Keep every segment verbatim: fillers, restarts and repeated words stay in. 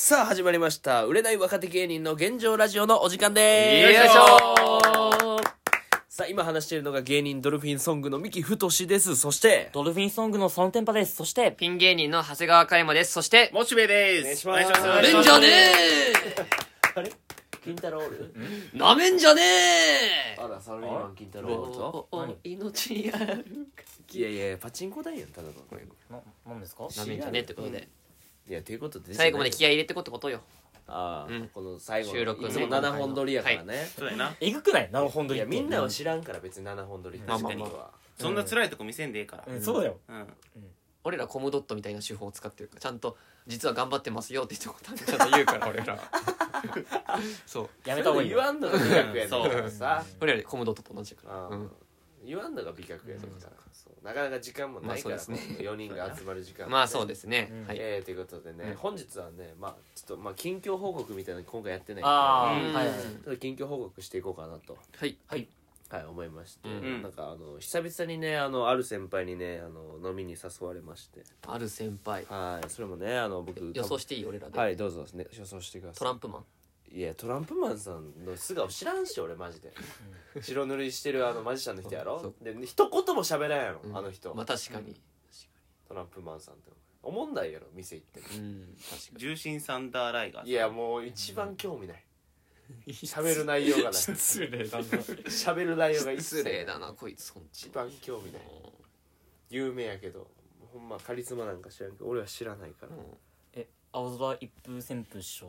さあ始まりました売れない若手芸人の現状ラジオのお時間でよいしょす。さあ今話しているのが芸人ドルフィンソングの三木太です。そしてドルフィンソングのソンテンパです。そしてピン芸人の長谷川嘉山です。そしてモチベですお願いします。 なめんじゃねあれ金太郎おるえなめんじゃねえあらサラリーマン金太郎おるぞ。 おおお命あるいやいやパチンコ台やんただのこれ。 な、なんですか？ なめんじゃねえってことでいやということで最後まで気合い入れてこってことよ。 ああ、 うんこの最後の収録ねいつもななほん撮りやからね、 そうやなえぐくない？なるほど。 いやみんなは知らんから別にななほん撮りってまあまあまあ確かにはそんな辛いとこ見せんでええからうん、そうだよ。 うん俺らコムドットみたいな手法を使ってるからちゃんと実は頑張ってますよって言ってことちゃんと言うから俺らそうやめた方がいいよ。 言わんのが美学やねんからさ俺らコムドットと同じだかああらうん言わんのが美学やねんからそうなかなか時間もないからまあそうですねよにんが集まる時間もねまあそうですねうんはいえーということでね、 うん本日はねまあちょっとまあ近況報告みたいなの今回やってないんであうんあ、はいはい。 ちょっと近況報告していこうかなとはいはい。 はい思いまして、 うんなんかあの久々にねあのある先輩にねあの飲みに誘われましてある先輩はいそれもねあの僕予想していい俺らではいどうぞね予想してくださいトランプマンいやトランプマンさんの素顔知らんし俺マジで白塗りしてるあのマジシャンの人やろそうで一言も喋らんやろ、 うんあの人、 まあ確かにトランプマンさんっておもんないやろ店行ってもうん確か重心サンダーライガーいやもう一番興味ない喋る内容がない失礼だな。 喋る内容がに一切失礼だなこいつほん一番興味ない有名やけどほんまカリスマなんか知らんけど俺は知らないから、 え、青空一風旋風師匠。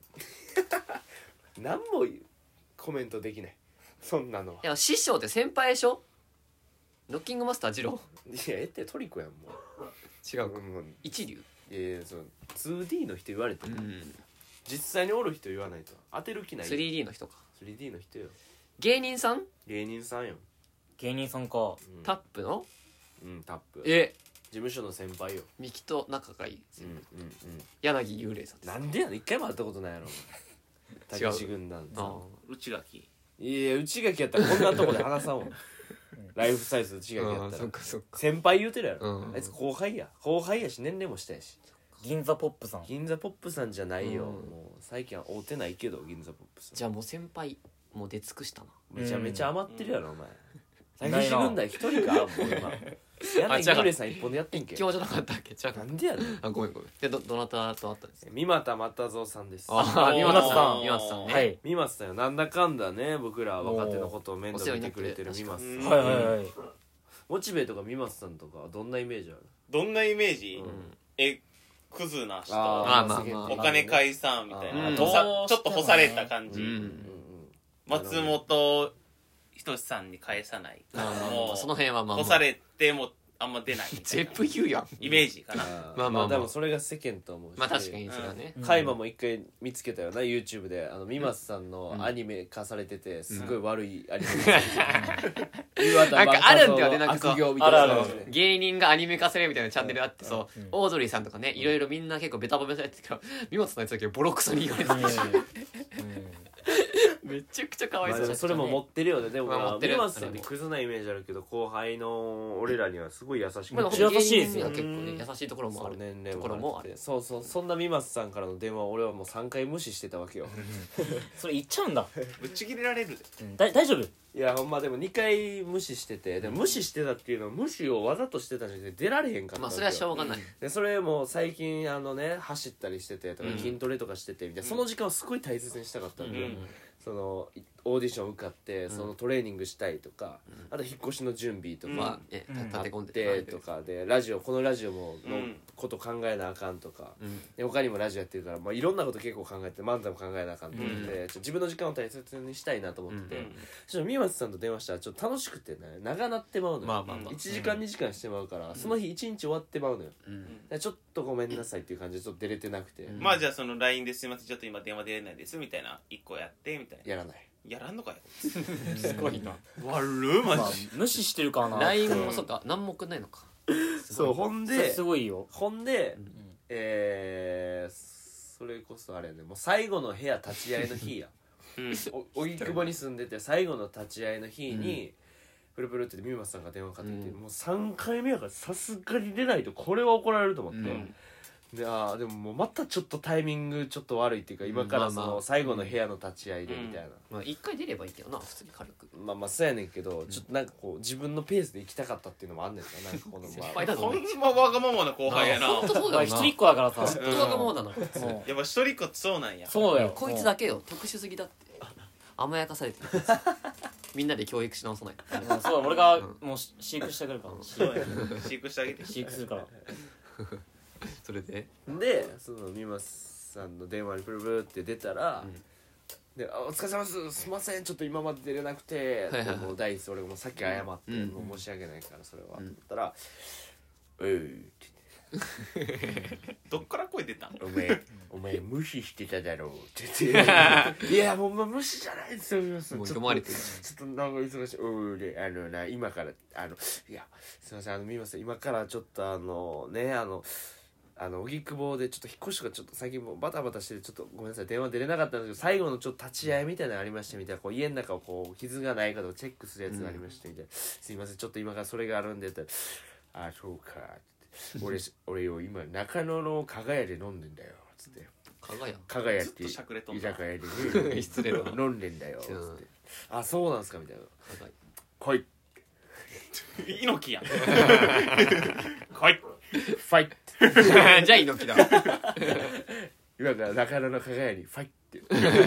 何もコメントできないそんなのはいや師匠って先輩でしょノッキングマスター二郎いやえってトリコやんも違うかうもう一流いやいやその ツーディー の人言われても、 ん実際におる人言わないと当てる気ないスリーディー の人かスリーディー の人よ芸人さん芸人さんよ、 芸人さんか。 うん、 タップのうんタップ事え務所の先輩よミキと仲がいいうんうんうん柳幽霊さんですなんでやねん一回も会ったことないやろお前違うたけし軍団あ内垣いや内垣やったらこんなとこで話さんわライフサイズ内垣やあそったらっかそっか先輩言うてるやろ、 うんあいつ後輩や後輩やし年齢も下やし銀座ポップさん。 銀座ポップさんじゃないよ、 うんもう最近は会うてないけど銀座ポップさんじゃあもう先輩もう出尽くしたなめちゃめちゃ余ってるやろ、お前うんたけし軍団一人かもう今柳違う幽霊さん一本でやってんけ今日じゃなかったっけじゃなんでやねんああごめんごめんでどどなたと会ったんですか三股又蔵さんですああ三おー松さん三松さんねはい。 三松さんよなんだかんだね僕ら若手のことを面倒見てくれてるお世三松さん話になってはいはいはい。 モチベとか三松さんとかどんなイメージあるどんなイメージ、 うんえクズな人あーまあまあ世間的にお金解散みたいな、 うんとさちょっと干された感じ、 うんうんうん松本人志さんに返さないあーもうその辺はまあまあ干されてもあんま出ないみたい全な部言うやんイメージかな、 あーまあまあまあでもそれが世間と思うしまあ確かにそれはねカイマも一回見つけたよな YouTube であの三松さんのアニメ化されててすごい悪いアニメ化されてて岩田なんかあるんだよねなんかそう悪行みたいなあるある感じで芸人がアニメ化するみたいなチャンネルあってそううんオードリーさんとかねいろいろみんな結構ベタ褒めされてるけど三松さんのやつだけボロクソに言われてうんめちゃくちゃかわいまあそうでもそれも持ってるよねでもまあ持ってる三松さんってクズなイメージあるけど後輩の俺らにはすごい優しくまあめっちゃ優しいですよ芸人には結構ね優しいところもあそうる年齢ところもあるもあってそうそうそんな三松さんからの電話を俺はもうさんかい無視してたわけよそれ言っちゃうんだ。 ぶっちぎれられるでうんだ大丈夫？ いやほんまでもにかい無視しててでも無視してたっていうのは無視をわざとしてたんじゃなくて出られへんかったわけよまあそれはしょうがないでそれも最近あのね走ったりしててとかうん筋トレとかしててみたいな、その時間をすごい大切にしたかったんで、 うんそのいオーディション受かってんそのトレーニングしたいとか、あと引っ越しの準備とか、 うんまあねうん立て込んででとかでラジオこのラジオものうんこと考えなあかんとか、 うんで他にもラジオやってるから、まあ、いろんなこと結構考えて漫才も考えなあかんと思って、ちょ自分の時間を大切にしたいなと思ってて、 うんちょっと三松さんと電話したらちょっと楽しくてね長なってまうのよ、 まあまあまあいちじかんにじかんしてまうから、その日いちにち終わってまうのよ、 うんでちょっとごめんなさいっていう感じでちょっと出れてなくて、 うんまあじゃあその ライン ですいませんちょっと今電話出れないですみたいな一個やってみたいなやらないやらんのかよすごいな悪っマまあジ無視してるかな。 ライン もそっか何も送んないのかそうほんそれですごいよ。 ほんで、 うんえー、それこそあれねもう最後の部屋立ち会いの日やうんお荻窪に住んでて最後の立ち会いの日に、プルプルって三松さんが電話かかってきて、 うんもうさんかいめやからさすがに出ないとこれは怒られると思って、 うんであーでももうまたちょっとタイミングちょっと悪いっていうか今からそまあまあの最後の部屋の立ち会いでみたいな、 まあ一回出ればいいけどな普通に軽くまあまあそうやねんけどちょっとなんかこう自分のペースで行きたかったっていうのもあんねんななんかこの先まあ輩だぞほんまわがままな後輩やなほんとそうだよなまあ一人っ子だからさずっとわがままだなこいつうんやっぱ一人っ子ってそうなんやそうだよこいつだけよ特殊すぎだって甘やかされてるこいつみんなで教育し直さないとうんそうだ俺がもう飼育してあげるからそうや飼育してあげて飼育するからそれででそのミマさんの電話にプルプルって出たら、 うんであお疲れ様ですすいませんちょっと今まで出れなくて、 はいはいはいもう第一俺もさっき謝って、 うんもう申し訳ないからそれは、 うんって言ったら「おい」ってどっから声出たんお前お前無視してただろうって言っていやもうまあ無視じゃないですよ皆さんもうちょっと読まれてるちょっとなんか忙しいおいであのな今からあのいやすいませんあの見ます今からちょっとあのねあのあの荻窪でちょっと引っ越しがちょっと最近もうバタバタしててちょっとごめんなさい電話出れなかったんですけど最後のちょっと立ち会いみたいなのありましてみたいなこう家の中をこう傷がないかとかチェックするやつがありましてみたいな、すいませんちょっと今からそれがあるんでってああそうかって俺俺よ今中野の加賀屋で飲んでんだよつってかがや加賀屋ってずっとしゃくれとん居な酒屋でね失礼だな飲んでんだよつって、 うんあそうなんすかみたいなかがや来い猪木やん来いファイトじゃあ猪木だ今から中野の加賀屋にファイって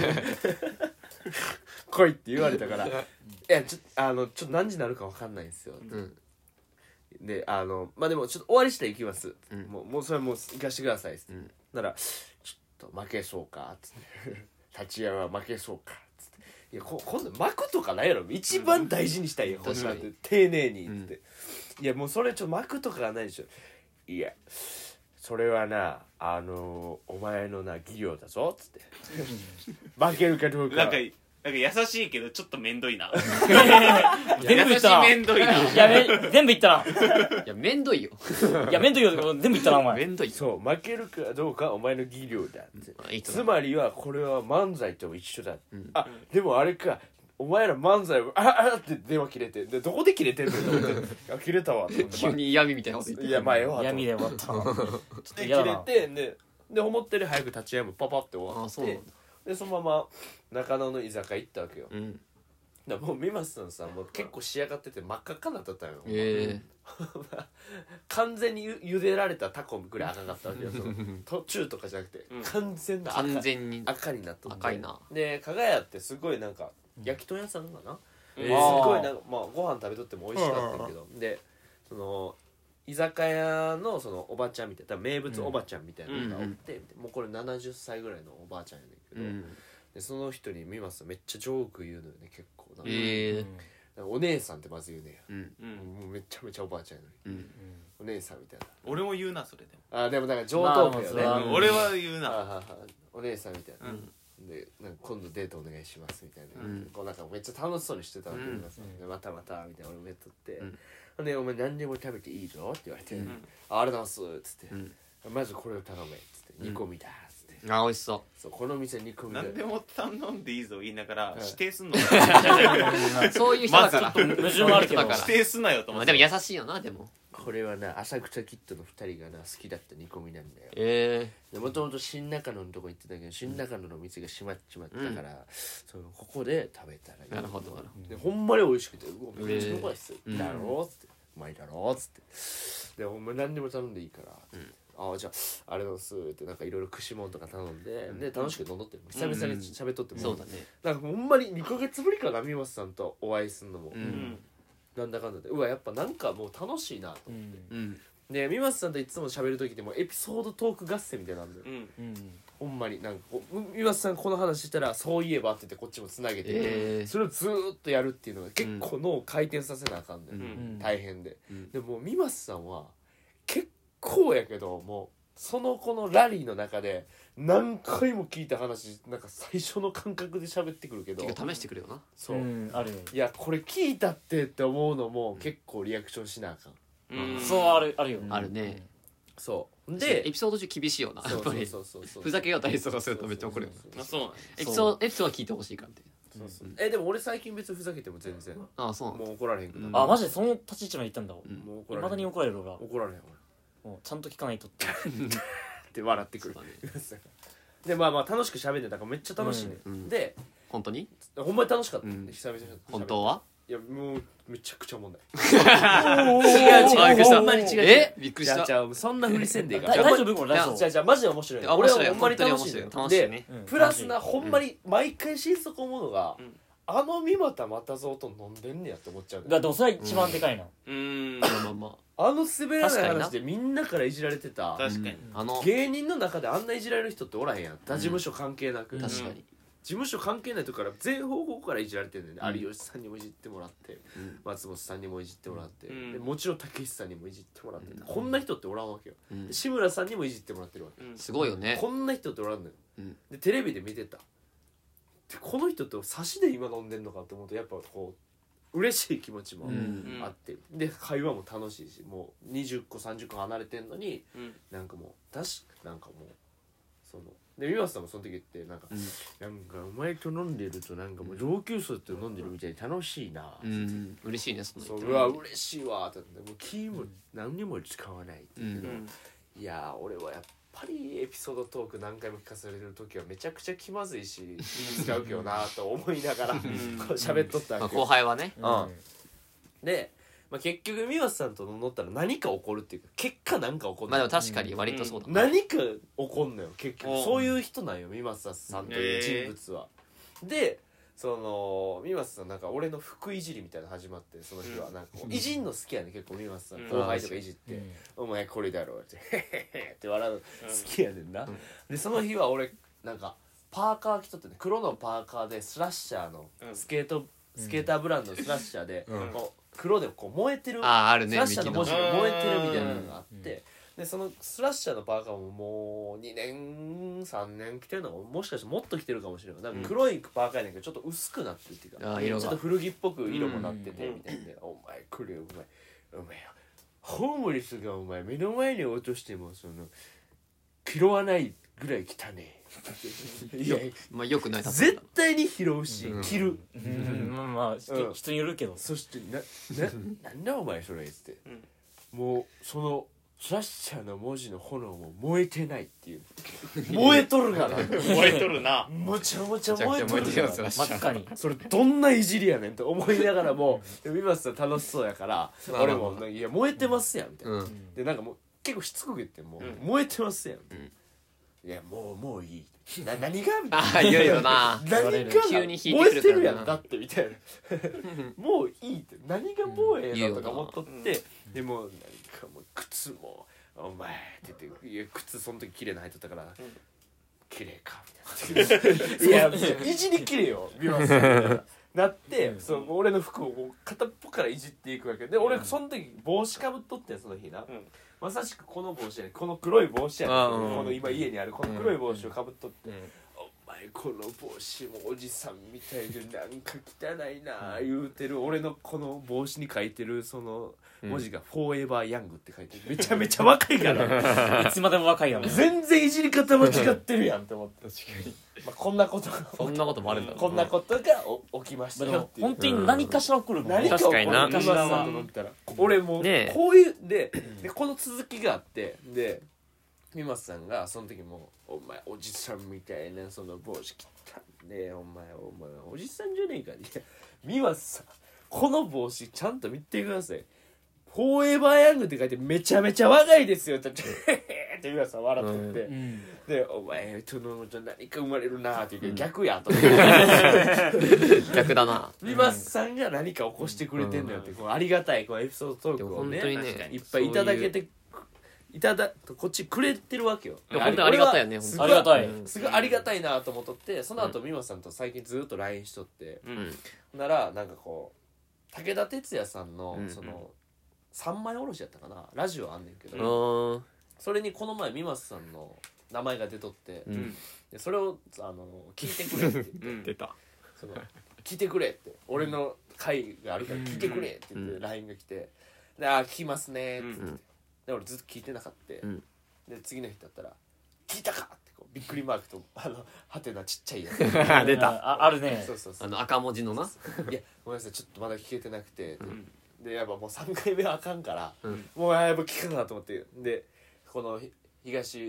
来いって言われたからいやちょあのちょっと何時になるか分かんないんですよ、 うんであのまあでもちょっと終わりしたら行きます、 うんもうもうそれもう行かしてくださいっつって、 うんならちょっと負けそうかっつって立ち会いは負けそうかっつっていやこ今度巻くとかないやろ一番大事にしたいよ、こんなんて丁寧にっつって、いやもうそれちょっと巻くとかはないでしょいやそれはなあのお前のな技量だぞっつって負けるかどうかなんかなんか優しいけどちょっとめんどいな全部言ったな優しいめんどいないやめ全部言ったいやめんどいよないやめんどいよ全部言ったなお前めんどいそう負けるかどうかはお前の技量だって、 あいいとつまりはこれは漫才と一緒だ、 うんあでもあれかお前ら漫才をああって電話切れてでどこで切れてるのと思ってあ切れたわと思って急に嫌味みたいなこと言っていやまあええわと思って闇で終わったなで切嫌だなれてでで思ったより早く立ち会いもパパって終わってあそうなんだでそのまま中野の居酒屋行ったわけよ、 うんだからもうミマスさんさもう結構仕上がってて真っ赤っかになっとったんよ、 え完全にゆ茹でられたタコぐらい赤かったわけよその途中とかじゃなくて、 うん完全えな赤完全に赤になっとって赤いなで加賀屋ってすごいなんか焼き鳥屋さんかな、 うんすごいなんかまあご飯食べとっても美味しかったけど、でその居酒屋のそのおばちゃんみたいな名物おばちゃんみたいなのがおって、もうこれななじゅっさいぐらいのおばあちゃんやねんけど、 うんでその人に見ますめっちゃジョーク言うのよね結構なんかええなんかお姉さんってまず言うねや、 うんうんもうめちゃめちゃおばあちゃんやのにうんお姉さんみたいな俺も言うなそれであでもなんか上等句よね、 まあまあそれはも俺は言うなあははお姉さんみたいな、 うんでなんか今度デートお願いしますみたいな、 うんこうなんかめっちゃ楽しそうにしてたわけ、 うん皆さんでまたまたみたいな俺もやっとって、 うんほんでお前何でも食べていいぞって言われて、 うんあありがとうございますっつって、 うんまずこれを頼めっつって煮込みだっつって、 あ美味しそそうこの店煮込みだ何でも頼んでいいぞ言いながらうん指定すんのうそういう人だからまず矛盾もあるけどだから指定すなよと思ってまあでも優しいよなでもこれはな浅草キッドのふたりがな好きだった煮込みなんだよえもともと新中野のとこ行ってたけど新中野の店が閉まっちまったから、そのここで食べたらいいなるほどなるでほんまに美味しくてうわめっちゃうまいっす、 うんだろうっつってうまいだろうっつってでほんま何でも頼んでいいから、ああじゃああれなんすってなんかいろいろ串もんとか頼んで、で楽しく飲んどってる久々に喋っとっても、 そうだねなんかほんまににかげつぶりかな三松さんとお会いするのも、 ううんんなんだかんだでうわやっぱなんかもう楽しいなと、 うんうんで三松さんといつも喋る時でもエピソードトーク合戦みたいなのあるんだよ、 うんうんほんまになんかこう三松さんこの話したらそういえばって言ってこっちもつなげて、 えそれをずーっとやるっていうのが結構脳を回転させなあかんね、 うんうん大変で、 うんでも三松さんは結構やけどもうその子のラリーの中で何回も聞いた話なんか最初の感覚で喋ってくるけど結構試してくるよなそう、 うんあるよいやこれ聞いたってって思うのも結構リアクションしなあかん、 うんそうあるあるよあるねそうででエピソード中厳しいよなやそうそうっぱりそうそうそうふざけようたりとかするとめっちゃ怒るよあそうなんやエピソードエピソードは聞いてほしいからってそうそうえでも俺最近別にふざけても全然ああそうなんだもう怒られへんくなうんあマジでその立ち位置まで行ったんだんもう怒られへんいまだに怒られる俺が怒られへんもうちゃんと聞かないとってって笑ってくるそうだねでまあまあ楽しく喋ってたからめっちゃ楽しいね、 うんうんで本当にほんまに楽しかった、 うん久々に喋って本当はいやもうめちゃくちゃおもんない違う違うびっくりしたほんまに違う違うえびっくりしたじゃあじゃあそんなふりせんでいいか大ら大丈夫これ大丈夫じゃあじゃあマジで面白いね俺面白いはほんまに楽しい本当にね面白い楽しいねでうんプラスな楽しいほんまに毎回心底思うのが、 うんあの三股又蔵と飲んでんねやって思っちゃうねだでもそれは一番でかいな、 うーんまあまあまあの滑らない確かにな話でみんなからいじられてたあ確かにあの芸人の中であんないじられる人っておらへんやん他事務所関係なく、 うん事確かに務所関係ないとこから全方向からいじられてるんだよね、 うん有吉さんにもいじってもらってうん松本さんにもいじってもらって、 うんでもちろん竹内さんにもいじってもらって、 うんこんな人っておらんわけよ、 うんで志村さんにもいじってもらってるわけ、 うんすごいよねこんな人っておらんのようんでテレビで見てたでこの人と差しで今飲んでんのかって思うとやっぱこう嬉しい気持ちもうんあって、で会話も楽しいしもうにじゅっこさんじゅっこ離れてんのにうんなんかもうだしなんかもうそので三橋さんもその時言ってなんか、 うんなんかお前と飲んでるとなんかもう上級生と飲んでるみたいに楽しいな、 うん嬉しいねそのそううわ嬉しいわって言ってもう気も何にも使わないって言って、 うんいやー俺はやっぱりエピソードトーク何回も聞かされる時はめちゃくちゃ気まずいし気使うけどなと思いながらこう喋っとったまあわけよ後輩はねうんで、まあ、結局三橋さんと乗ったら何か起こるっていうか結果何か起こるまあでも確かに割とそうだな何か起こんのよ結局うんそういう人なんよ三橋さんという人物は、でその三橋さんなんか俺の服いじりみたいなの始まってその日はなんかこういじんの好きやね結構三橋さんうん後輩とかいじって「お前これだろ」って「へへへ」って笑うの好きやねんな、でその日は俺なんかパーカー着とってね黒のパーカーでスラッシャーのスケート、スケーターブランドのスラッシャーで、 うんこう黒でこう燃えてるあああるねスラッシャーの文字ミキが燃えてるみたいなのがあっうんて、でそのスラッシャーのパーカーももうにねんさんねん着てるのがもしかしてもっと着てるかもしれないなんか黒いパーカーやねんけどちょっと薄くなってるっていうか、 あー色がちょっと古着っぽく色もなっててうんみたいで「お前来るよお前お前ホームレスがお前目の前に落としてもその拾わないぐらい汚ねえ」いやまあよくない絶対に拾うし、 うん着る、 うんまあまあ人うん人によるけどそしてなななんだお前それっつって、もうそのスラッシャーの文字の炎も燃えてないっていう燃えとるがな燃えとるなむちゃむちゃめちゃくちゃ燃えとる燃えてるよそれがな真っ赤にそれどんないじりやねんと思いながらも三橋さん楽しそうやからまあ俺も「いや燃えてますやん」みたいな、 うんでなんかもう結構しつこく言ってもううん燃えてますやん」みたいな、いやもうもういいな何がみたいなああいよいよな何がな急に引いて燃えてくるからなるやんだってみたいなもういいって何がもうええのとか思っとって、でもうなんかもう靴も「お前」って言っていや靴その時綺麗な履いとったから「綺麗か」みたいな「いやいじりきれよ美輪さん」みたいななってそう俺の服をこう片っぽからいじっていくわけで俺その時帽子かぶっとってんその日な、 んまさしくこの帽子やねこの黒い帽子やねあーこの今家にあるこの黒い帽子をかぶっとって、 うんお前この帽子もおじさんみたいでなんか汚いな言うてる俺のこの帽子に書いてるその文字が「フォーエバーヤング」って書いてるめちゃめちゃ若いからいつまでも若いよね全然いじり方間違ってるやんって思って確かにまあこんなことがそんなこともあるんだこんなことがお起きましたでもよっていう本当に何かしら来るもん何か確かにな起こる今さんと飲んでたら俺もうねえこういうででこの続きがあってで三松さんがその時も「お前おじさんみたいなその帽子切ったんでお前お前おじさんじゃねえか」いや三松さんこの帽子ちゃんと見てくださいフォーエバーヤングって書いてめちゃめちゃ若いですよって言ってって三松さん笑ってて、 うんで「お前とのと何か生まれるな」って言うけど逆やと逆だな三松さんが何か起こしてくれてんのよって、こうありがたいこのエピソードトークをねでも本当にね確かにいっぱいいただけていただこっちくれてるわけよ。 いや本当にありがたいよね俺は本ありがたいすごすごいありがたいなと思っとってその後三松さんと最近ずっと ライン しとって、 うんならなんかこう武田鉄矢さんのうんその三枚おろしやったかなラジオあんねんけうど、 ーんそれにこの前三松さんの名前が出とって、 うんでそれをあの聞いてくれって言って出たその聞いてくれって俺の回があるから聞いてくれって言ってうんライン が来て「であー聞きますね」って言って、 うんで俺ずっと聞いてなかった、 うんで次の日だったら「聞いたか!」ってこうびっくりマークとあのハテナちっちゃいやつ出たああるねそうそうそうあの赤文字のないやごめんなさいちょっとまだ聞けてなくて、でやっぱもうさんかいめはあかんから、 うんもうやっぱ聞かなと思ってでこのひ東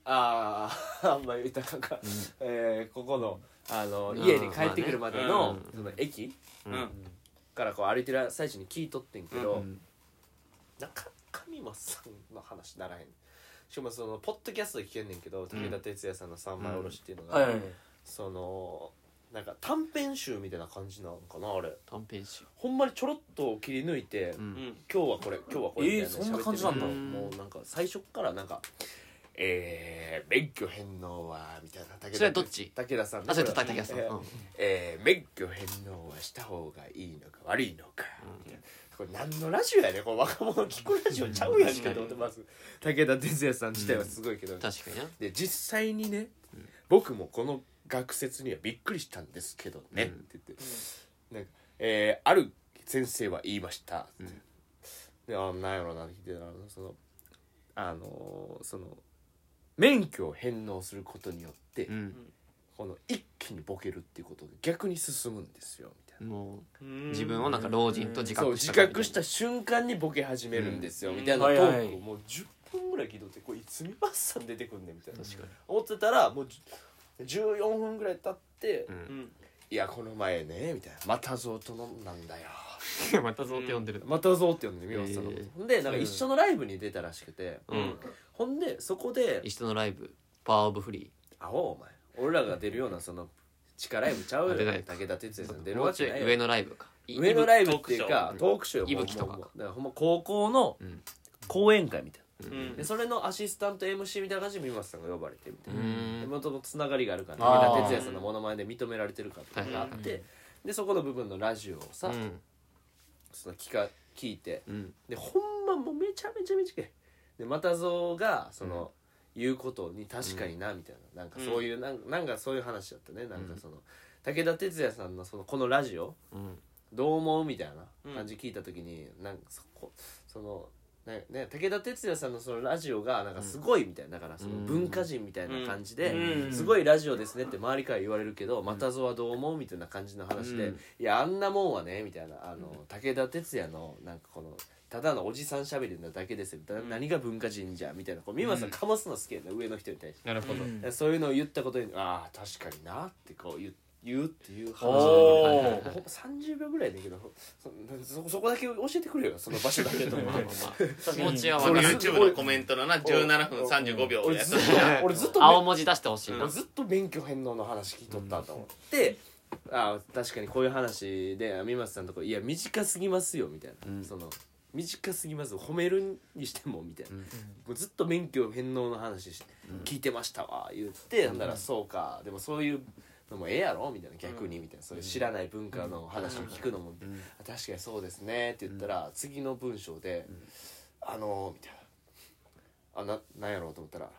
あああんまり言ったらなんか、えーここのあのうん家に帰ってくるまでの,、 まあねその駅ううんんからこう歩いてる最中に聞いとってんけど、 うんなんか上松さんの話ならへん。しかもそのポッドキャストで聞けんねんけど、武田鉄矢さんの三枚おろしっていうのが、 はいはいはいそのなんか短編集みたいな感じなのかなあれ。 短編集ほんまにちょろっと切り抜いて、 ううんん今日はこれ今日はこれみたいな、 えーそんな感じなんだ喋ってるもうなんか最初っからなんかえー、免許返納はみたいな武田それはどっち武田さんねあそれこれはと竹谷さん、 えーうんえー免許返納はした方がいいのか悪いのか、これ何のラジオやねこれ若者聞くラジオちゃうやんけど、 うんまず武田鉄矢さん自体はすごいけど、 確かになで実際にね、僕もこの学説にはびっくりしたんですけどね、 うんって言って、なんかえーある先生は言いましたって、 うんであなんやろなって聞いてたらそのあのーその免許を返納することによって、 うんこの一気にボケるっていうことが逆に進むんですよみたいな。 もううん自分をなんか老人と自そう覚した自覚した瞬間にボケ始めるんですよ、 うんみたいなトはいはいークをもうじゅっぷんぐらい聞いとってこれいつみばっさん出てくんねんみたいな確か思ってたらもうじゅうよんふんぐらい経って、 に、 うんいやこの前ねみたいなまたぞーと飲んだんだようん、またぞって呼んでる、 またぞーって呼んでみようさんのこと、 へーほんでなんか一緒のライブに出たらしくて、 うん、 ほんでそこで一緒のライブパワーオブフリ 「アホお前俺らが出るようなその地下ライブちゃうよあ出ないか武田鉄矢さん出ーるわけないよもうちょい上のライブかい上のライブっていうかトトークショーいぶきとかかもうもうだからほんま高校のうん講演会みたいな、 うんでそれのアシスタント エムシー みたいな感じで三松さんが呼ばれてみたいな、 うんで元々つながりがあるからあー武田鉄矢さんのモノマネで認められてるかっていうのがあって、 はいでそこの部分のラジオをさ、 うんその聞か聞いてうんでほんまもうめちゃめちゃ短いでまたぞうがその、言うことに確かになみたいな、なんかそういう、なんなんかそういう話だったねなんかその、武田鉄矢さんのそのこのラジオうんどう思うみたいな感じ聞いた時に、なんかそこそのねね武田鉄矢さんのそのラジオがなんかすごいみたいなだからその文化人みたいな感じで、 うんすごいラジオですねって周りから言われるけど、またぞはどう思うみたいな感じの話で、 うんいやあんなもんはねみたいなあの武田鉄矢のなんかこのただのおじさんしゃべりなだけですよ、だ何が文化人じゃみたいなこう美馬さんかますの好きやな、上の人に対して、 なるほど、 うんそういうのを言ったことにああ確かになってこう言言うっていう話おーなんだけどほんまさんじゅうびょうぐらいだけどそそそこだけ教えてくれよその場所だけと思ってまあまあまあ気持ちはそれ分かる YouTube のコメントのなじゅうななふんさんじゅうごびょうやつ俺ずっと俺ずっと青文字出してほしいな、 俺ずっと免許返納の話聞いとったと思って、ああ確かにこういう話で三松さんのとこいや短すぎますよみたいな、 うんその短すぎます褒めるにしてもみたいな、 うんもうずっと免許返納の話し、聞いてましたわ言ってなんだらそうかでもそういうのもええやろみたいな逆にみたいなそういう知らない文化の話を聞くのも、 ん確かにそうですねって言ったら、次の文章で「あのー」みたいな「あななんやろう?」と思ったら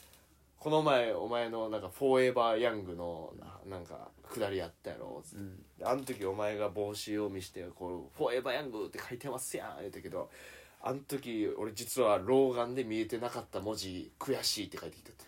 「この前お前のなんかフォーエバーヤングのななんか下りやったやろ」つって、であの時お前が帽子を見してこう「フォーエバーヤング」って書いてますやん言ったけどあの時俺実は老眼で見えてなかった文字悔しいって書いてきたって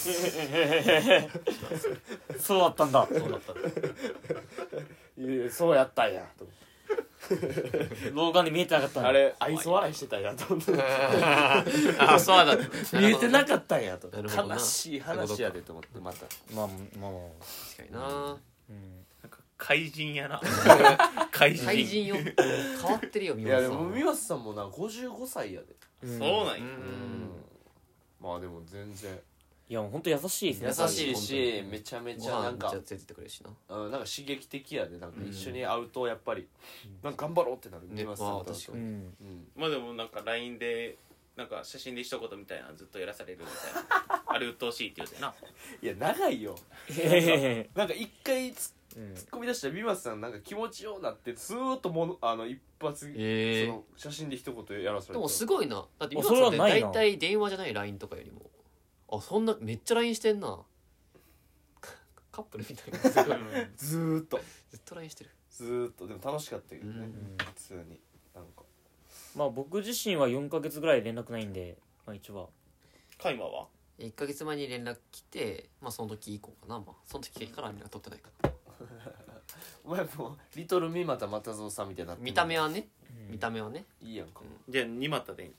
そうだったんだそうだったいやそうやったんやと思って老眼で見えてなかったんだあれ愛想笑いしてたんやと思ってあそうだった見えてなかったんやとなるほどな悲しい話やでと思ってまたまあまあまあ確かになうんなんか怪人やな怪人怪人よ変わってるよ三いやで松さんも三松さんもなごじゅうごさいやでうんそうなんやうんまあでも全然いや本当優しいですね優しいしめちゃめちゃなんかご飯めっちゃ連れてってくれるしなうんなんか刺激的やでなんか一緒に会うとやっぱりなんか頑張ろうってなるね三松さんとまあ確かにうんうんまあでもなんか ライン でなんか写真で一言みたいなのずっとやらされるみたいなあれ鬱陶しいって言うてないや長いよへなんか一回ツーうんッコミ出したら三松さんなんか気持ちようなってずーっとものあの一発ええその写真で一言やらされてでもすごいなだってあ三松さんってそれはないな大体電話じゃない ライン とかよりもあそんなめっちゃ ライン してんなカップルみたいなすごいずーっとずっと ライン してるずーっとでも楽しかったけどねうん普通になんかまあ僕自身はよんかげつぐらい連絡ないんでまあ一応はカイマはいっかげつまえに連絡来てまあその時以降かなまあその時から連絡取ってないかなお前もうリトル三股又蔵さんみたいになってる見た目はねうん見た目はねいいやんかじゃあ二股でいいんちゃう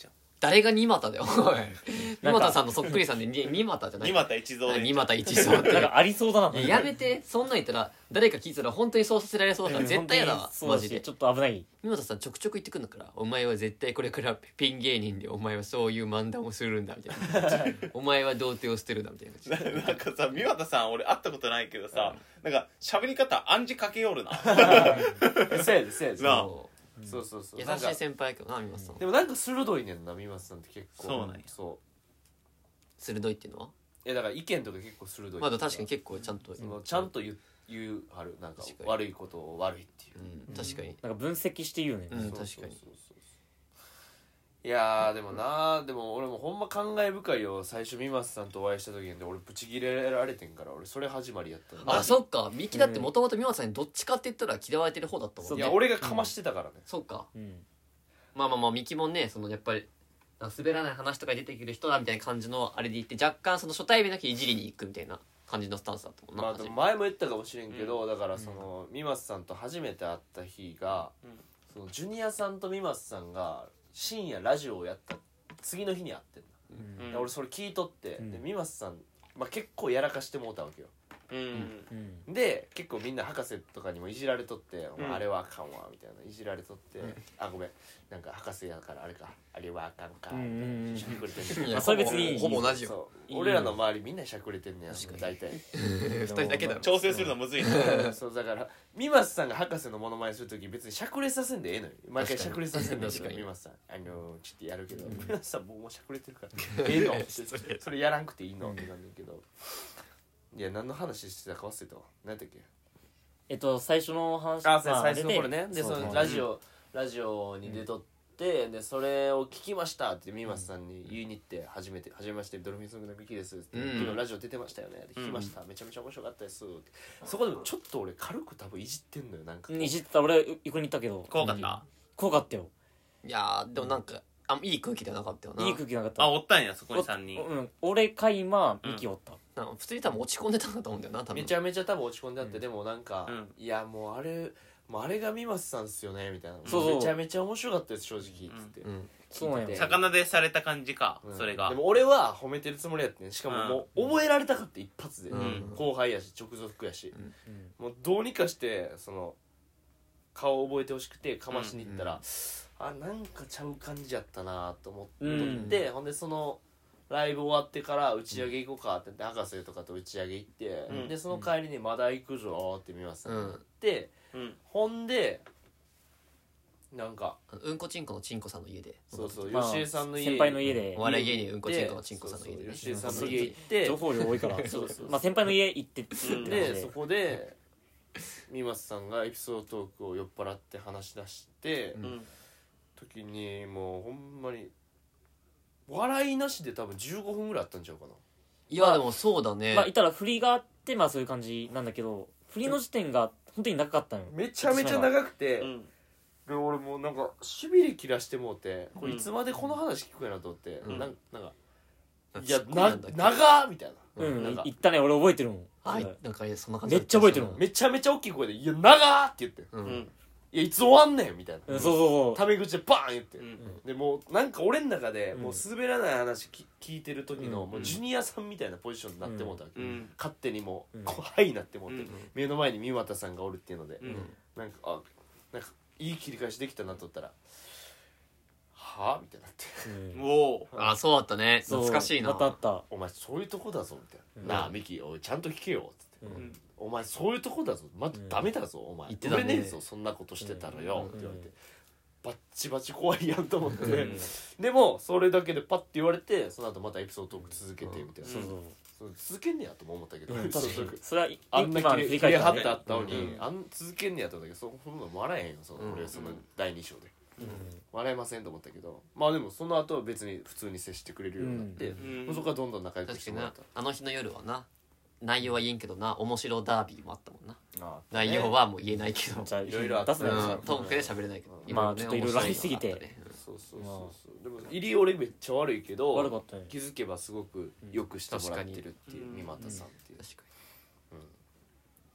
誰が二股だよおい二股さんのそっくりさんでに二股じゃない二股一蔵で二股一蔵ってなんかありそうだな。 いややめてそんなん言ったら誰か聞いたら本当にそうさせられそうだから絶対やだわそうマジでだしちょっと危ない。 三股さんちょくちょく言ってくんだからお前は絶対これからピン芸人でお前はそういう漫談をするんだみたいな感じお前は童貞を捨てるんだみたいな感じなんかさ三股さん俺会ったことないけどさ、なんか喋り方暗示かけよるなそうやでそうやでなあそうそうそう優なんかしい先輩やけどな三股さんでもなんか鋭いねんな三松さんって結構そうなんやそ鋭いっていうのはういやだから意見とか結構鋭いまだ確かに結構ちゃんとそのちゃんと言う言うはるなんか確かに悪いことを悪いっていううん確かになんか分析して言うね。 うんそうそう確かにそうそういやーでもなーでも俺もほんま感慨深いよ最初三松さんとお会いした時に俺ブチギレられてんから俺それ始まりやったんだあそっかミキだってもともと三股さんにどっちかって言ったら嫌われてる方だったもんねいや俺がかましてたからねそっかうん。 まあまあまあミキもねそのやっぱり滑らない話とかに出てくる人だみたいな感じのあれで言って若干その初対面だけいじりに行くみたいな感じのスタンスだったもんな、 まあでも前も言ったかもしれんけどだからその三松さんと初めて会った日がうんそのジュニアさんと三松さんが深夜ラジオをやった次の日に会ってんうんうんだ俺それ聞いとってうんで三松さんまあ結構やらかしてもうたわけようんうん。 で結構みんな博士とかにもいじられとって「お前うんあれはあかんわ」みたいないじられとってうん 「あごめんなんか博士やからあれかあれはあかんか」 うんうんうんしゃくれてんねんいやそれ別にほぼほぼ同じよそういいよ俺らの周りみんなしゃくれてんねや確かに大体二人だけだろ調整するのむずいなそうだから三松さんが博士のモノマネするとき別にしゃくれさせんでええのよ毎回しゃくれさせんだけど確かに三松さんあのー、ちょっとやるけど三松さんもうもうしゃくれてるからええのってそれやらんくていいのってなんだけどいや何の話してたか忘れたわ何やったっけえっと最初の話。 あ、 まあ最初の頃ねでそうそのラジオ、ラジオに出とって、でそれを聞きましたって三松さんに言いに行って初めて「初めましてドルフィンソングのミキです」って、 うん昨日ラジオ出てましたよね」って聞きました、めちゃめちゃ面白かったです」ってそこでもちょっと俺軽く多分いじってんのよなんかこういじってた俺横に行ったけど。 怖かった怖かったよ。 いやーでもなんかあいい空気ではなかったよないい空気なかった。 あおったんやそこにさんにんうん。俺カイマミキおった。 なんか普通に多分落ち込んでたんだと思うんだよな多分めちゃめちゃ多分落ち込んであって、 うんでもなんか、 うんいやもうあれもうあれが三松さんっすよねみたいなそうそうめちゃめちゃ面白かったです正直っつって、 うんそうなんや。 魚でされた感じか、 うんそれがでも俺は褒めてるつもりやってんしかももう覚えられたかって一発で、 うん後輩やし直属やし、 うんもうどうにかしてその顔を覚えてほしくてかましに行ったら、 うんあなんかちゃう感じやったなと思って、 うんほんでそのライブ終わってから打ち上げ行こうかって言って博士とかと打ち上げ行って、 うんでその帰りに「まだ行くぞ」って見ますうんって、 うんほんでなんかあのうんこちんこのちんこさんの家でそうそうまあ吉江さんの家先輩の家でお笑い芸人うんこちんこのちんこさんの家でねそうそう吉江さんの家行って情報量多いから。 そうそうまあ先輩の家行ってんでそこで三松さんがエピソードトークを酔っ払って話し出して、 うんうん時にもうほんまに笑いなしで多分じゅうごふんぐらいあったんちゃうかないやでもそうだねまあいたら振りがあってまあそういう感じなんだけど振りの時点が本当に長かったのよ。 めちゃめちゃ長くて、 うんで俺もうなんかしびれ切らしてもうてこれいつまでこの話聞くかなと思って、 うんなんなんかいツやなッコミなんだっけ長っみたいな、 うんなんか言ったね俺覚えてるもん。 はいそれなんかそんな感じめっちゃ覚えてるもんめちゃめちゃ大きい声で「いや長っ!」って言ってううんん 「いやいつ終わんねん!」みたいな、 うんそうそうそう。 タメ口でバーン言って、 うんでもうなんか俺の中でうんもう滑らない話き聞いてる時のうんもうジュニアさんみたいなポジションになってもうたわけ、 うん勝手にもう、 うんこうはいなってもうて、 うん目の前に三股さんがおるっていうので、 うんなんかあなんかいい切り返しできたなと思ったらはあみたいになってうんおおあそうだったねそう懐かしいなあったあった。 お前そういうとこだぞみたいな、 うんなあミキおいちゃんと聞けよっつって、 うんお前そういうとこだぞまだダメだぞ、お前言ってたね売れねえぞそんなことしてたらよ、 うんって言われて、バッチバチ怖いやんと思って、 うんでもそれだけでパッて言われてその後またエピソードトーク続けてみたいな、 そうそう。 そう続けんねやとも思ったけど、 うんそう確かにそうそれはあんな今切れ振り返ったらね切れはってあったのに、 うんあん続けんねやと思ったけどそそんなの笑えへんよその、 うん俺そのだいに章でうん笑えませんと思ったけどまあでもその後は別に普通に接してくれるようになって、 うんもうそこはどんどん仲良くし確かになてもらったあの日の夜はな内容は言えんけどな面白ダービーもあったもんなあ内容はもう言えないけどじゃあいろいろあった出すねうんトークで喋れないけどまあろろねちょっといろいろありすぎて面白いのがあったねそうそうそうそうでも入り俺めっちゃ悪いけど悪かったね。 気づけばすごくよくしてもらってるっていううん三股さんっていう、 確かす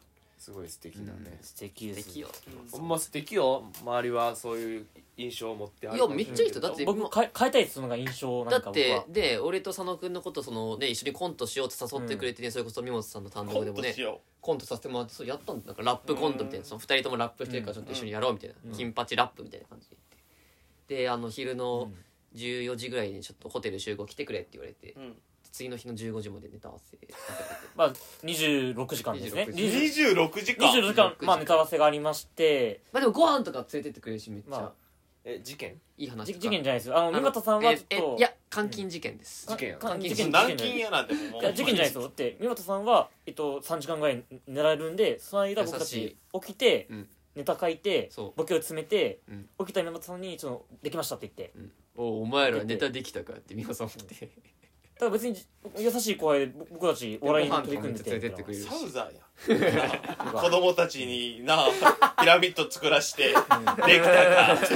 すごい素敵だね、 素敵です素敵よほんま素敵よ。周りはそういう印象を持ってあるいやめっちゃいい人だって僕も変え変えたいですそのが印象なんか僕だってはで俺と佐野くんのことそのね一緒にコントしようと誘ってくれてね、それこそ三本さんの単独コでもねントしよコントさせてもらってそうやったんだなんかラップコントみたいなそのふたりともラップしてるからちょっと一緒にやろうみたいな、 うん金八ラップみたいな感じで言ってであの昼うのんじゅうよじぐらいにちょっとホテル集合来てくれって言われて、 う、うん、 次の日のじゅうごじまでネタ合わせさせてまあにじゅうろくじかんですねににじゅうろくじかんにじゅうろくじかんまあネタ合わせがありましてまあでもご飯とか連れてってくれるしめっちゃまあえ事件いい話とかじ事件じゃないですよあのあの三方さんはちょっえとえいや監禁事件です、 事件やか監禁事件軟禁やなんてもういや事件じゃないですよだって三方さんは、えっと、さんじかんぐらい寝られるんでその間僕た優しいち起きて、 うんネタ書いてそうボケを詰めて、 うん起きた三方さんにちょっとできましたって言っておお前らネタできたかって美穂さん思ってだから別に優しい後輩で僕僕たちお笑いに取り組んでて連れてってくれるしサウザーや子供たちになピラミッド作らしてできたかって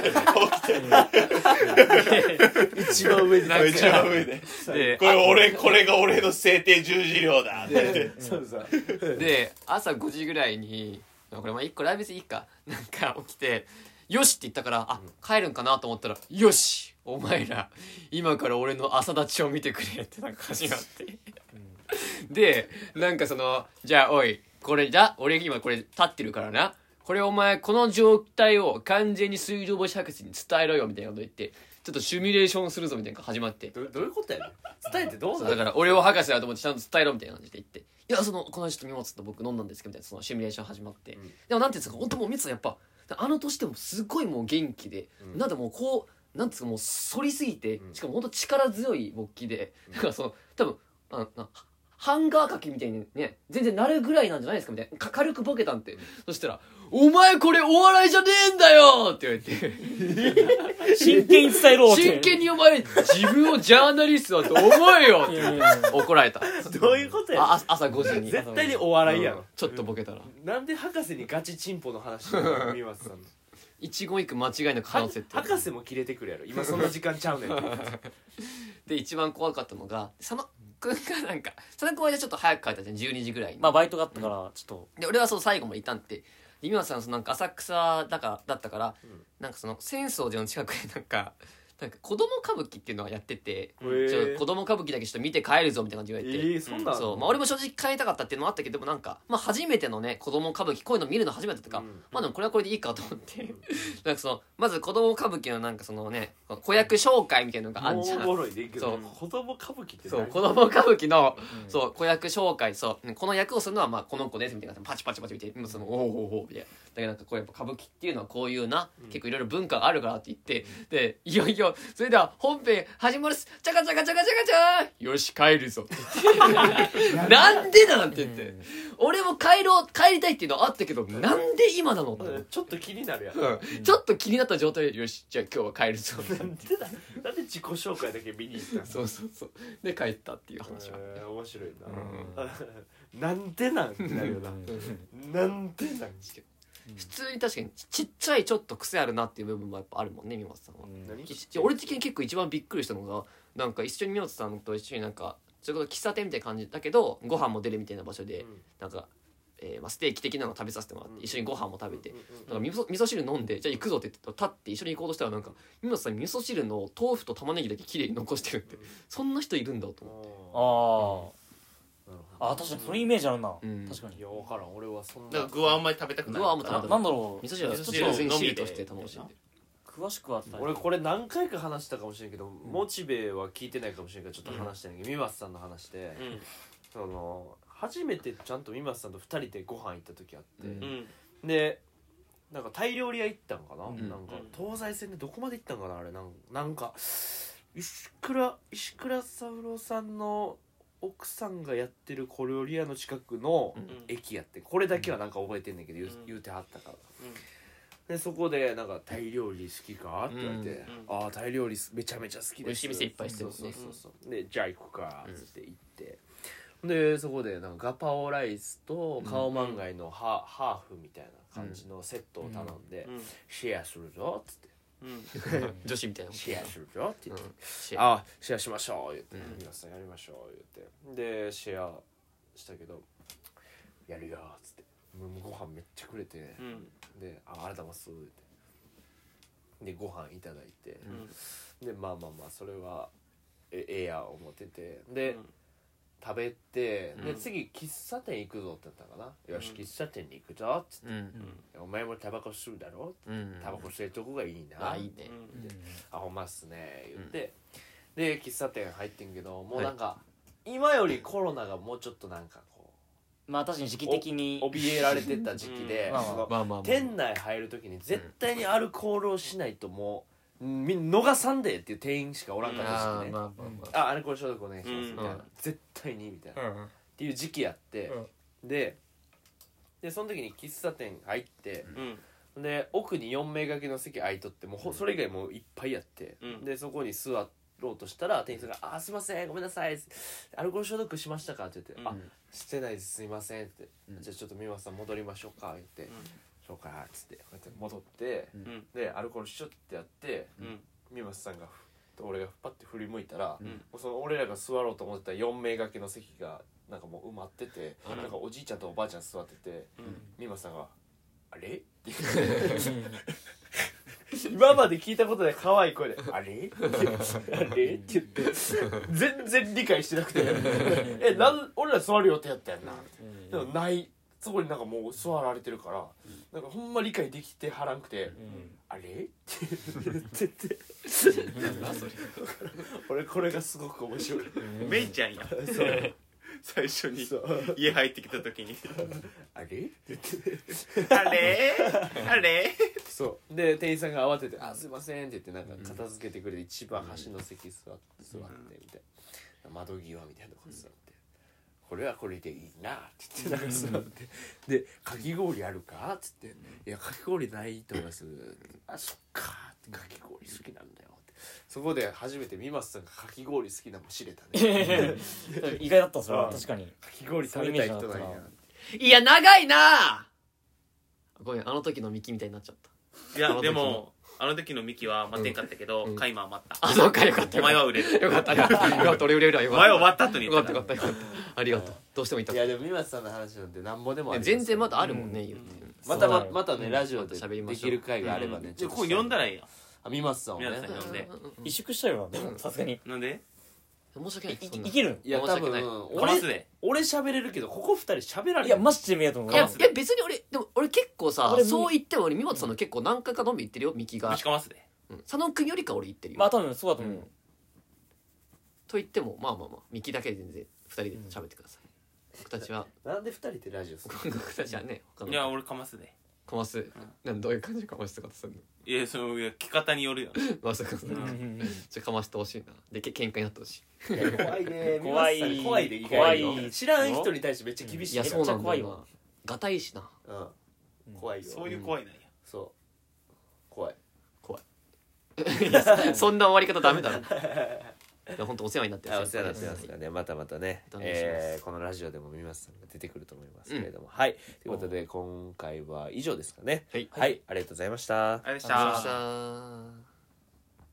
起きて一番上になんか一番上ででこれ俺これが俺の制定十字量だってそうさで朝ごじぐらいにこれまあいっこライブ別にいいかなんか起きてよしって言ったからあ帰るんかなと思ったらよしお前ら今から俺の朝立ちを見てくれってなんか始まってでなんかそのじゃあおいこれだ俺今これ立ってるからなこれお前この状態を完全に水道星博士に伝えろよみたいなこと言ってちょっとシミュレーションするぞみたいなのが始まってどどういうことやねん伝えてどうなるそうだから俺を博士だと思ってちゃんと伝えろみたいな感じで言っていやそのこの人と荷物と僕飲んだんですけどみたいなそのシミュレーション始まって、 んでもなんていうんですか本当もうミツさんやっぱあの年でもすごいもう元気で、 うんなんでもうこうなんですかもう反りすぎて、 うんしかも本当力強い勃起で、だからその多分あなハンガーかけみたいにね全然なるぐらいなんじゃないですかみたいなか軽くボケたんってそしたら「お前これお笑いじゃねえんだよ!」って言われて真剣に伝えろって真剣にお前自分をジャーナリストだと思えよってうん怒られたどういうことやねんあ朝ごじに絶対にお笑いやろ、 ちょっとボケたらなんで博士にガチチンポの話してるの三松さんの一言一句間違いの可能性って博士もキレてくるやろ今そんな時間ちゃうねんで一番怖かったのが佐野くんがなんか佐野くんはちょっと早く帰ったじゃんじゅうにじぐらいに、 まあバイトがあったからちょっとで俺はその最後までいたんってで今さんそのなんか浅草だかだったから、 うんなんかその浅草寺の近くでなんかなんか子供歌舞伎っていうのをやってて、 へーちょ子供歌舞伎だけちょっと見て帰るぞみたいな感じで言われて、 えー、そんなんそうまあ、俺も正直帰りたかったっていうのもあったけどでもなんか、まあ、初めてのね子供歌舞伎こういうの見るの初めてとか、 うんまあでもこれはこれでいいかと思ってなんかそのまず子供歌舞伎のなんかそのね子役紹介みたいなのがあんじゃんもうおもろいでいいけどそう子供歌舞伎ってそう何子供歌舞伎の、 うんそう子役紹介そうこの役をするのはまあこの子ですみたいなパチパチパチみたいなそのおおおおみたいなだけどなんかこうやっぱ歌舞伎っていうのはこういうな、 うん結構いろいろ文化があるからって言って、でいよいよそれでは本編始まるっすチャカチャカチャカチャカチャよし帰るぞって言ってなんでなんて言って、俺も帰ろう帰りたいっていうのはあったけどなんで今なのって、 うんちょっと気になるやんうんちょっと気になった状態でよしじゃあ今日は帰るぞなんでだなんで自己紹介だけ見に行ったのそうそうそうで帰ったっていう話は、 えー面白いうんななんでなんってなるよななんでなん普通に確かにちちっちゃいちょっと癖あるなっていう部分もやっぱあるもんね三本さんは、 何いや俺的に結構一番びっくりしたのがなんか一緒に三本さんと一緒になんかそれこそ喫茶店みたいな感じだけどご飯も出るみたいな場所で、 うんなんか、えーまあ、ステーキ的なの食べさせてもらって、 うん一緒にご飯も食べて、 うんうんなんか味噌味噌汁飲んでじゃあ行くぞって言って立って一緒に行こうとしたらなんか三本さん味噌汁の豆腐と玉ねぎだけ綺麗に残してるってそんな人いるんだと思って。 あああ確かにそのイメージあるな、 うん確かにいや分からん俺はそんなだから具はあんまり食べたくない具はあんま食べななんだろう味噌汁は味噌ちょっと汁のみでシーとして楽しんで詳しくは伝え俺これ何回か話したかもしれんけど、モチベは聞いてないかもしれんからちょっと話したんやけど、三松さんの話で、 うんその初めてちゃんと三松さんとふたりでご飯行った時あって、 うんうんでなんかタイ料理屋行ったんかな、 んなんか東西線でどこまで行ったんかなあれなんなんか石倉石倉三郎さんの奥さんがやってる小料理屋の近くのうん駅やってこれだけはなんか覚えてんねんけど、言ううん言うてはったからでそこでなんかタイ料理好きかって言われて、 うんああタイ料理めちゃめちゃ好きです美味しい店いっぱいしてるもんねそうそうそうでじゃあ行くかっつって行って、でそこでなんかガパオライスとカオマンガイのハ,、ハーフみたいな感じのセットを頼んで、 うんシェアするぞっつってうん女子みたいなシェアするぞって言って、 シェアあシェアしましょう言って、 うん皆さんやりましょう言ってでシェアしたけどやるよっつってもうご飯めっちゃくれて、 うんで「あありがとうございます」ってでご飯いただいて、 うんでまあまあまあそれはえええや思っててで、 うん食べてでうん次喫茶店行くぞって言ったかな、よし喫茶店に行くぞっつって、 うんお前もタバコ吸うだろ、 うんタバコ吸えるとこがいいな、 あいいねあほんまっすね言って、で喫茶店入ってんけどもうなんか、今よりコロナがもうちょっとなんかこまあ確かに時期的にう怯えられてた時期で、 うんまあまあそのまあまあまあ店内入る時に絶対にアルコールをしないともうみんな逃さんでっていう店員しかおらんかった時期ね、 あーまあまあまあアルコール消毒お願いしますみたいな、 うん絶対にみたいな、っうんていう時期やって、ででその時に喫茶店入って、 うんで奥によん名掛けの席空いとってもうほそれ以外もういっぱいやって、 うんでそこに座ろうとしたら店員さんが「あーすいませんごめんなさいアルコール消毒しましたか?」って言って「 うんあしてないですすいません」って、 うんじゃあちょっと三輪さん戻りましょうか」言って「そうか」っつってこうやって戻って、 うんうんでアルコールシュッてやってうん三輪さんがふ俺がパッて振り向いたら、 うんもうその俺らが座ろうと思ってたよん名掛けの席がなんかもう埋まってて、 あらなんかおじいちゃんとおばあちゃん座ってて、 うん三輪さんが「あれ?」って言って今まで聞いたことない可愛い声で「あれ?」って「あれ?」って言って全然理解してなくて「えなん俺ら座る予定やったやんな」でもないそこになんかもう座られてるからなんかほんま理解できてはらんくて「あれ?」って言ってて俺これがすごく面白い。 メイちゃんやそう最初にそう家入ってきた時にあれって言ってあれあれそうで店員さんが慌てて「あすいません」って言ってなんか片付けてくれて一番端の席座って座ってみたいな窓際みたいなとこ座って「これはこれでいいな」って言ってなんか座ってで「かき氷あるか?」っつって「いやかき氷ないと思います」あそっかかき氷好きなんだよってそこで初めて三松さんがかき氷好きなのも知れたね意外だったそれはうん確かにかき氷食べたい人なんやいや長いなごめんあの時のミキみたいになっちゃったいやでもあの時のミキは待てんかったけど、 うんカイマー待った、 あそうかよかったお前は売れるよかったよかったよかった俺売れるわよおかった前は終わった後によ言っかったたよかったよかったありがとうどうしても言ったいやでも三松さんの話なんてなんぼでもあります全然まだあるもんね言ってまたまそうまたねうんラジオでまた喋りましょうできる回があればねでここに呼んだらいいやあ三松さんをね三松さん呼んで萎縮したよなでもさすがになんで申し訳ないいそんないけるんいや多分申し訳ない俺かますで俺喋れるけどここ二人喋られいやマジで見えやと思ういやいや別に俺でも俺結構さ俺そう言っても俺三本さんの結構何回か飲み行ってるよミキがぶちかますでうん佐野君よりか俺言ってるよまあ多分そうだと思ううんと言ってもまあまあまあミキだけで全然ふたりで喋ってください僕たちはなんで二人でラジオする僕たちはね他のいや俺かますでかますなんどういう感じでかまして方するのいやそのいや着方によるよまあそうかそうかうんうんうんちょかましてほしいなでけ喧嘩になってほしいいや怖いね怖い三松さん怖いで意怖い外に知らん人に対してめっちゃ厳しいいやそうなんだよなめっちゃ怖いわがたいしなうん怖いよそういう怖いなんやそう怖い怖いいやそんな終わり方ダメだろいや本当お世話になってるあお世話になってますからねまたまたねお願いしますえーこのラジオでも三松さんが出てくると思いますけれどもはいということで今回は以上ですかねはいはいありがとうございましたあれでしありがとうごたざいました